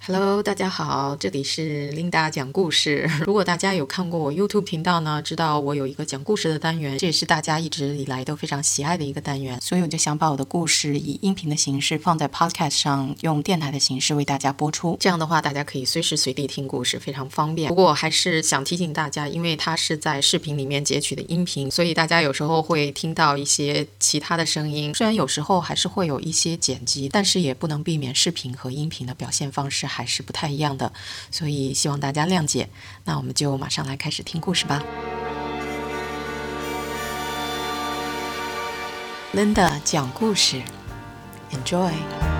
Hello， 大家好，这里是 Linda 讲故事。如果大家有看过我 YouTube 频道呢，知道我有一个讲故事的单元，这也是大家一直以来都非常喜爱的一个单元，所以我就想把我的故事以音频的形式放在 Podcast 上，用电台的形式为大家播出。这样的话，大家可以随时随地听故事，非常方便。不过我还是想提醒大家，因为它是在视频里面截取的音频，所以大家有时候会听到一些其他的声音。虽然有时候还是会有一些剪辑，但是也不能避免视频和音频的表现方式还是不太一样的，所以希望大家谅解。那我们就马上来开始听故事吧。Linda 讲故事 Enjoy。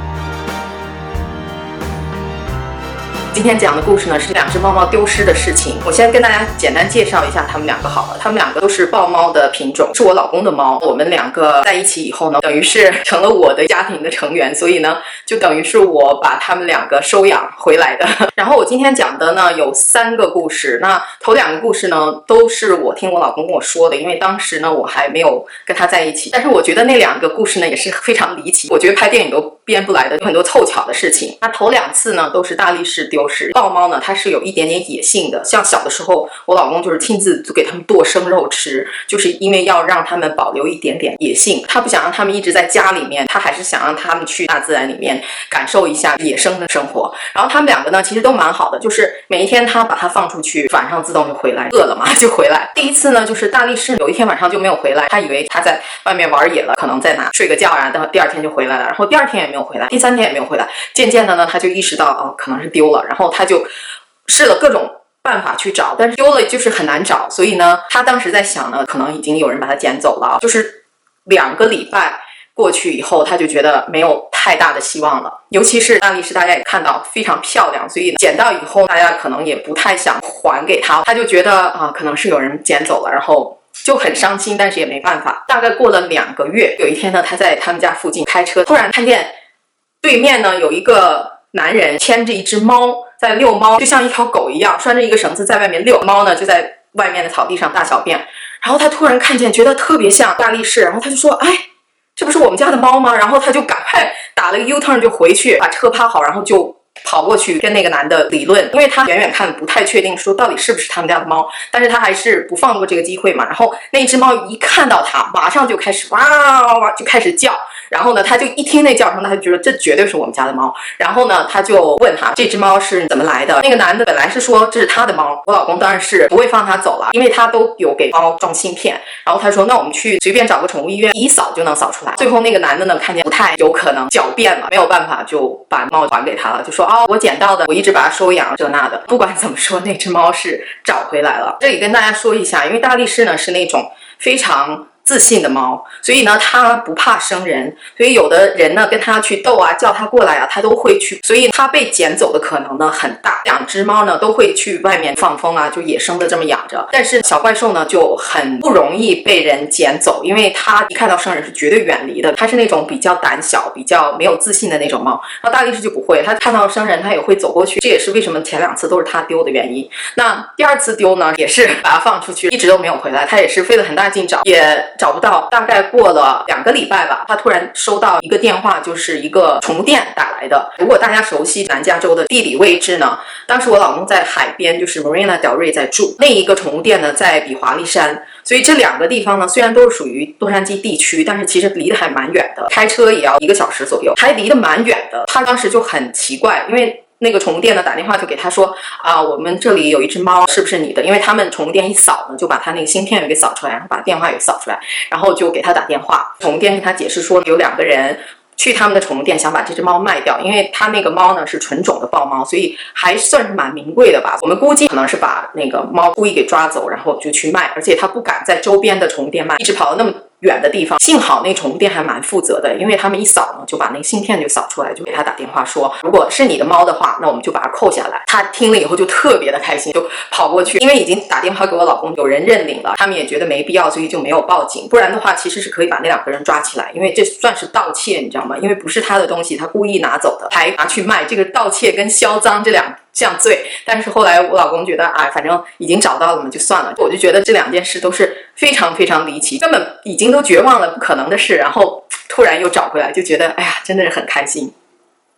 今天讲的故事呢是两只猫猫丢失的事情。我先跟大家简单介绍一下它们两个好了。它们两个都是豹猫的品种，是我老公的猫。我们两个在一起以后呢，等于是成了我的家庭的成员，所以呢就等于是我把它们两个收养回来的。然后我今天讲的呢有3个故事，那头2个故事呢都是我听我老公跟我说的，因为当时呢我还没有跟他在一起。但是我觉得那2个故事呢也是非常离奇，我觉得拍电影都编不来的，有很多凑巧的事情。那头2次呢都是大力士丢失。豹猫呢它是有一点点野性的，像小的时候我老公就是亲自就给他们剁生肉吃，就是因为要让他们保留一点点野性，他不想让他们一直在家里面，他还是想让他们去大自然里面感受一下野生的生活。然后他们两个呢其实都蛮好的，就是每一天他把它放出去，晚上自动就回来，饿了嘛就回来。第一次呢就是大力士有一天晚上就没有回来，他以为他在外面玩野了，可能在哪睡个觉啊，第二天就回来了，然后第2天也没有回来，第3天也没有回来。渐渐的呢他就意识到可能是丢了，然后他就试了各种办法去找，但是丢了就是很难找，所以呢他当时在想呢可能已经有人把它捡走了。就是2个礼拜过去以后，他就觉得没有太大的希望了，尤其是大力士大家也看到非常漂亮，所以捡到以后大家可能也不太想还给他，他就觉得可能是有人捡走了，然后就很伤心，但是也没办法。大概过了2个月，有一天呢他在他们家附近开车，突然看见对面呢有一个男人牵着一只猫在遛猫，就像一条狗一样拴着一个绳子在外面遛，猫呢就在外面的草地上大小便。然后他突然看见觉得特别像大力士，然后他就说这不是我们家的猫吗？然后他就赶快打了个 U-turn 就回去把车趴好，然后就跑过去跟那个男的理论，因为他远远看不太确定说到底是不是他们家的猫，但是他还是不放过这个机会嘛。然后那只猫一看到他马上就开始哇哇哇就开始叫，然后呢他就一听那叫声他就觉得这绝对是我们家的猫。然后呢他就问他这只猫是怎么来的。那个男的本来是说这是他的猫，我老公当然是不会放他走了，因为他都有给猫装芯片。然后他说那我们去随便找个宠物医院一扫就能扫出来。最后那个男的呢看见不太有可能狡辩了，没有办法就把猫还给他了，就说我捡到的，我一直把它收养这那的。不管怎么说那只猫是找回来了。这里跟大家说一下，因为大力士呢是那种非常自信的猫，所以呢他不怕生人，所以有的人呢跟他去斗啊叫他过来啊他都会去，所以他被捡走的可能呢很大。2只猫呢都会去外面放风啊，就野生的这么养着。但是小怪兽呢就很不容易被人捡走，因为他一看到生人是绝对远离的，他是那种比较胆小比较没有自信的那种猫。然后大力士就不会，他看到生人他也会走过去，这也是为什么前2次都是他丢的原因。那第2次丢呢也是把它放出去一直都没有回来，他也是费了很大劲找也找不到。大概过了2个礼拜吧，他突然收到一个电话，就是一个宠物店打来的。如果大家熟悉南加州的地理位置呢，当时我老公在海边，就是 Marina del Rey 在住，那一个宠物店呢在比华利山，所以这2个地方呢虽然都是属于洛杉矶地区，但是其实离得还蛮远的，开车也要1个小时左右，还离得蛮远的。他当时就很奇怪，因为那个宠物店呢打电话就给他说我们这里有一只猫，是不是你的？因为他们宠物店一扫呢就把他那个芯片给扫出来，然后把电话也扫出来，然后就给他打电话。宠物店跟他解释说有2个人去他们的宠物店想把这只猫卖掉，因为他那个猫呢是纯种的豹猫，所以还算是蛮名贵的吧。我们估计可能是把那个猫故意给抓走，然后就去卖，而且他不敢在周边的宠物店卖，一直跑到那么远的地方。幸好那宠物店还蛮负责的，因为他们一扫呢就把那个芯片就扫出来，就给他打电话说如果是你的猫的话，那我们就把它扣下来。他听了以后就特别的开心，就跑过去，因为已经打电话给我老公，有人认领了，他们也觉得没必要，所以就没有报警。不然的话其实是可以把那2个人抓起来，因为这算是盗窃，你知道吗？因为不是他的东西，他故意拿走的还拿去卖，这个盗窃跟销赃这2项罪。但是后来我老公觉得反正已经找到了嘛，就算了。我就觉得这2件事都是非常非常离奇，根本已经都绝望了不可能的事，然后突然又找回来，就觉得真的是很开心。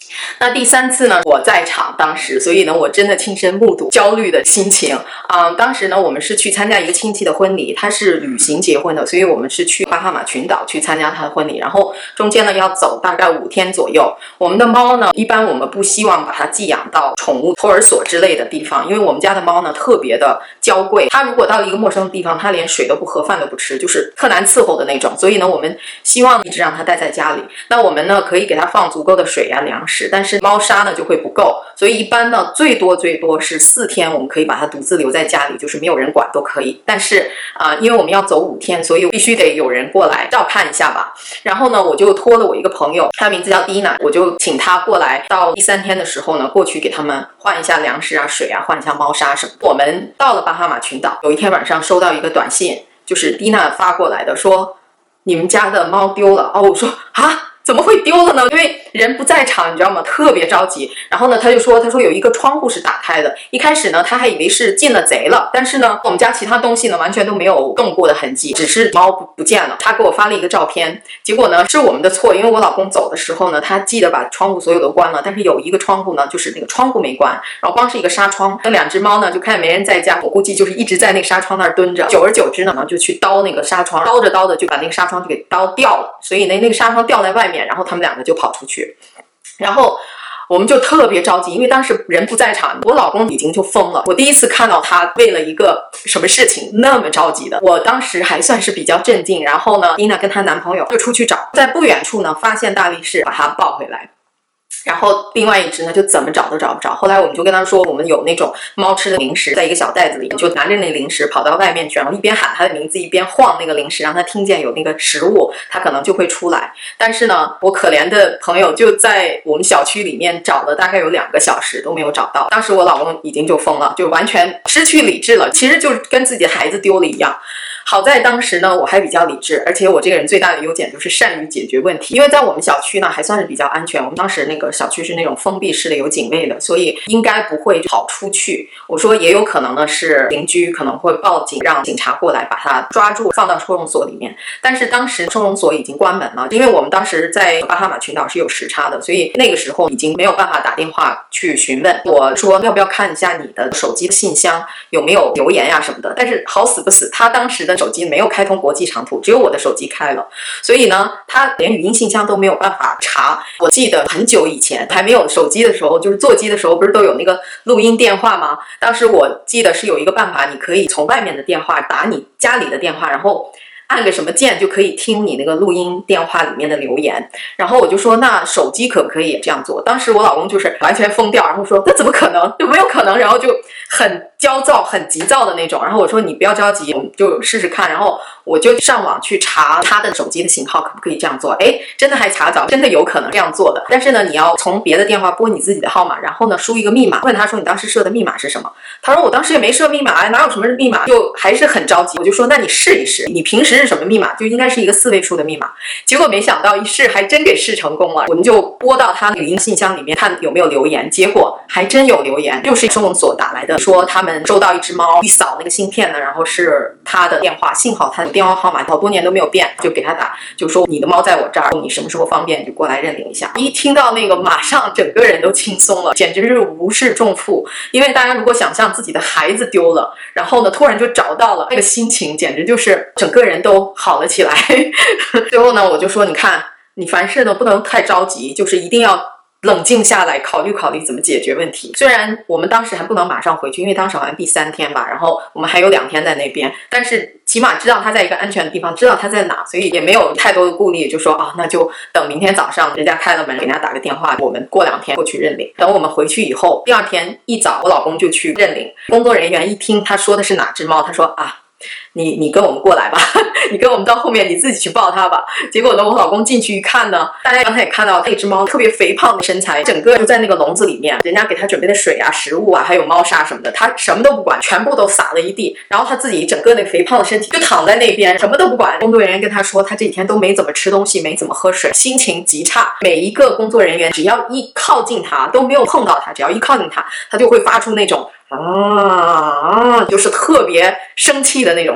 那第3次呢，我在场当时，所以呢，我真的亲身目睹焦虑的心情。当时呢，我们是去参加一个亲戚的婚礼，他是旅行结婚的，所以我们是去巴哈马群岛去参加他的婚礼，然后中间呢要走大概5天左右。我们的猫呢，一般我们不希望把它寄养到宠物托儿所之类的地方，因为我们家的猫呢特别的娇贵，它如果到了一个陌生的地方，它连水都不喝，饭都不吃，就是特难伺候的那种。所以呢，我们希望一直让它待在家里。那我们呢可以给它放足够的水啊、粮食，但是猫砂呢就会不够，所以一般呢最多是4天，我们可以把它独自留在家里，就是没有人管都可以。但是因为我们要走5天，所以必须得有人过来照看一下吧。然后呢，我就托了我一个朋友，他名字叫 Dina， 我就请他过来，到第3天的时候呢，过去给他们换一下粮食啊、水啊，换一下猫砂什么。我们到了巴哈马群岛，有一天晚上收到一个短信，就是 Dina 发过来的，说你们家的猫丢了。我说怎么会丢了呢？因为人不在场，你知道吗？特别着急。然后呢，他说有一个窗户是打开的。一开始呢，他还以为是进了贼了，但是呢，我们家其他东西呢完全都没有动过的痕迹，只是猫不见了。他给我发了一个照片，结果呢是我们的错，因为我老公走的时候呢，他记得把窗户所有都关了，但是有一个窗户呢，就是那个窗户没关，然后光是一个纱窗。那2只猫呢，就看没人在家，我估计就是一直在那个纱窗那儿蹲着，久而久之呢，就去叨那个纱窗，叨着就把那个纱窗就给叨掉了，所以那个纱窗掉在外面，然后他们2个就跑出去，然后我们就特别着急，因为当时人不在场，我老公已经就疯了。我第一次看到他为了一个什么事情那么着急的，我当时还算是比较镇静。然后呢， Dina 跟她男朋友就出去找，在不远处呢发现大力士，把他抱回来。然后另外一只呢就怎么找都找不着。后来我们就跟他说，我们有那种猫吃的零食，在一个小袋子里，就拿着那零食跑到外面去，然后一边喊他的名字一边晃那个零食，让他听见有那个食物，他可能就会出来。但是呢，我可怜的朋友就在我们小区里面找了大概有2个小时都没有找到。当时我老公已经就疯了，就完全失去理智了，其实就是跟自己的孩子丢了一样。好在当时呢我还比较理智，而且我这个人最大的优点就是善于解决问题。因为在我们小区呢还算是比较安全，我们当时那个小区是那种封闭式的，有警卫的，所以应该不会跑出去。我说也有可能呢是邻居可能会报警，让警察过来把他抓住放到收容所里面。但是当时收容所已经关门了，因为我们当时在巴哈马群岛是有时差的，所以那个时候已经没有办法打电话去询问。我说要不要看一下你的手机的信箱有没有留言呀什么的，但是好死不死他当时的手机没有开通国际长途，只有我的手机开了，所以呢他连语音信箱都没有办法查。我记得很久以前还没有手机的时候，就是座机的时候不是都有那个录音电话吗？当时我记得是有一个办法，你可以从外面的电话打你家里的电话，然后按个什么键就可以听你那个录音电话里面的留言。然后我就说那手机可不可以也这样做？当时我老公就是完全疯掉，然后说那怎么可能，就没有可能，然后就很焦躁很急躁的那种。然后我说你不要着急，我们就试试看。然后我就上网去查他的手机的型号可不可以这样做，真的还查找，真的有可能这样做的。但是呢你要从别的电话拨你自己的号码，然后呢输一个密码，问他说你当时设的密码是什么。他说我当时也没设密码，哪有什么密码，就还是很着急。我就说那你试一试，你平时是什么密码，就应该是一个4位数的密码。结果没想到一试还真给试成功了。我们就拨到他语音信箱里面看有没有留言，结果还真有留言，就是收容所打来的，说他们收到一只猫，一扫那个芯片呢，然后是他的电话，幸好他的电话号码好多年都没有变，就给他打，就说你的猫在我这儿，你什么时候方便就过来认领一下。一听到那个马上整个人都轻松了，简直是如释重负。因为大家如果想象自己的孩子丢了，然后呢突然就找到了，那个心情简直就是整个人都好了起来。最后呢我就说你看你凡事呢不能太着急，就是一定要冷静下来，考虑考虑怎么解决问题。虽然我们当时还不能马上回去，因为当时好像第3天吧，然后我们还有2天在那边，但是起码知道他在一个安全的地方，知道他在哪，所以也没有太多的顾虑，就说那就等明天早上人家开了门给人家打个电话，我们过2天过去认领。等我们回去以后，第2天一早我老公就去认领。工作人员一听他说的是哪只猫，他说你跟我们过来吧，你跟我们到后面你自己去抱它吧。结果呢我老公进去一看呢，大家刚才也看到那只猫特别肥胖的身材，整个就在那个笼子里面，人家给它准备的水啊食物啊还有猫砂什么的，它什么都不管，全部都撒了一地，然后它自己整个那个肥胖的身体就躺在那边什么都不管。工作人员跟他说他这几天都没怎么吃东西，没怎么喝水，心情极差。每一个工作人员只要一靠近他，都没有碰到他，只要一靠近他，他就会发出那种就是特别生气的那种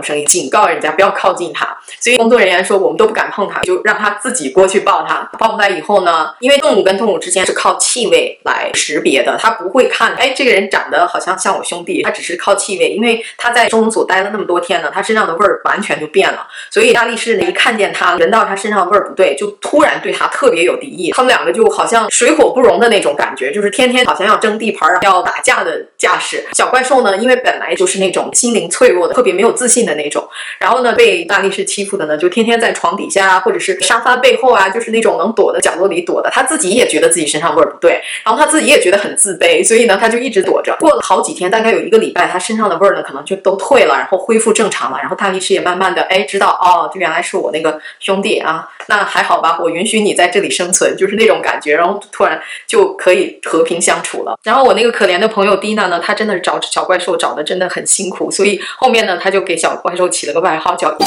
声音警告人家不要靠近它。所以工作人员说我们都不敢碰它，就让它自己过去抱它。抱回来以后呢，因为动物跟动物之间是靠气味来识别的，它不会看这个人长得好像像我兄弟，它只是靠气味。因为他在收容所待了那么多天呢，他身上的味儿完全就变了，所以大力士呢一看见他，闻到他身上的味儿不对，就突然对他特别有敌意。他们两个就好像水火不容的那种感觉，就是天天好像要争地盘要打架的架势。小怪兽呢因为本来就是那种心灵脆弱的特别没有自信的那种，然后呢被大力士欺负的呢就天天在床底下或者是沙发背后就是那种能躲的角落里躲的，他自己也觉得自己身上味儿不对，然后他自己也觉得很自卑，所以呢他就一直躲着。过了好几天，大概有1个礼拜，他身上的味儿呢可能就都退了，然后恢复正常了，然后大力士也慢慢的知道这原来是我那个兄弟啊，那还好吧，我允许你在这里生存，就是那种感觉，然后突然就可以和平相处了。然后我那个可怜的朋友蒂娜呢，她真的找小怪兽找的真的很辛苦，所以后面呢他就给小怪兽起了个外号叫 Evil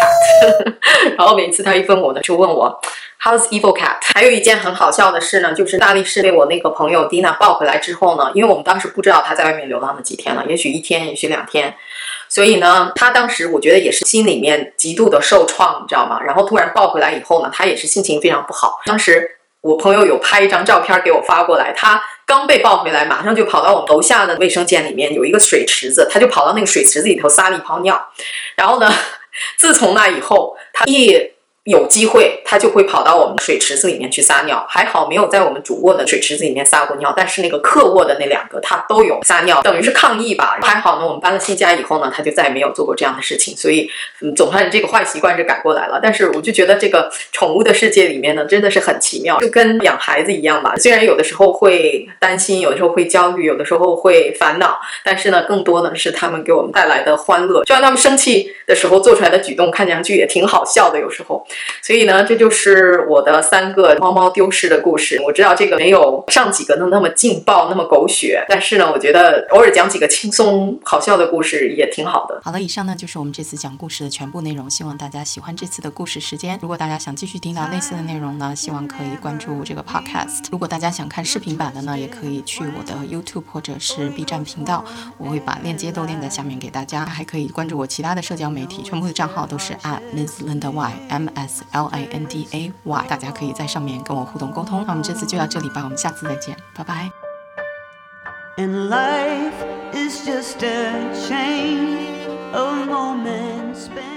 Cat 然后每次他一问我呢就问我How's Evil Cat？ 还有一件很好笑的事呢，就是大力士被我那个朋友蒂娜抱回来之后呢，因为我们当时不知道他在外面流浪了几天了，也许1天，也许2天，所以呢他当时我觉得也是心里面极度的受创，你知道吗？然后突然抱回来以后呢，他也是心情非常不好。当时我朋友有拍一张照片给我发过来，他刚被抱回来，马上就跑到我们楼下的卫生间里面有一个水池子，他就跑到那个水池子里头撒了一泡尿。然后呢自从那以后，他一有机会他就会跑到我们水池子里面去撒尿，还好没有在我们主卧的水池子里面撒过尿，但是那个客卧的那2个他都有撒尿，等于是抗议吧。还好呢我们搬了新家以后呢，他就再也没有做过这样的事情，所以总算这个坏习惯是改过来了。但是我就觉得这个宠物的世界里面呢真的是很奇妙，就跟养孩子一样吧，虽然有的时候会担心，有的时候会焦虑，有的时候会烦恼，但是呢更多的是他们给我们带来的欢乐，就像他们生气的时候做出来的举动看上去也挺好笑的有时候。所以呢这就是我的3个猫猫丢失的故事。我知道这个没有上几个那么劲爆那么狗血，但是呢我觉得偶尔讲几个轻松好笑的故事也挺好的。 好了，以上呢就是我们这次讲故事的全部内容，希望大家喜欢这次的故事时间。如果大家想继续听到类似的内容呢，希望可以关注这个 podcast。 如果大家想看视频版的呢，也可以去我的 YouTube 或者是 B 站频道，我会把链接都链在下面给大家。还可以关注我其他的社交媒体，全部的账号都是 @MsLindaY MsLinday， 大家可以在上面跟我互动沟通。那我们这次就到这里吧，我们下次再见，拜拜。 And life is just a chain of moments spent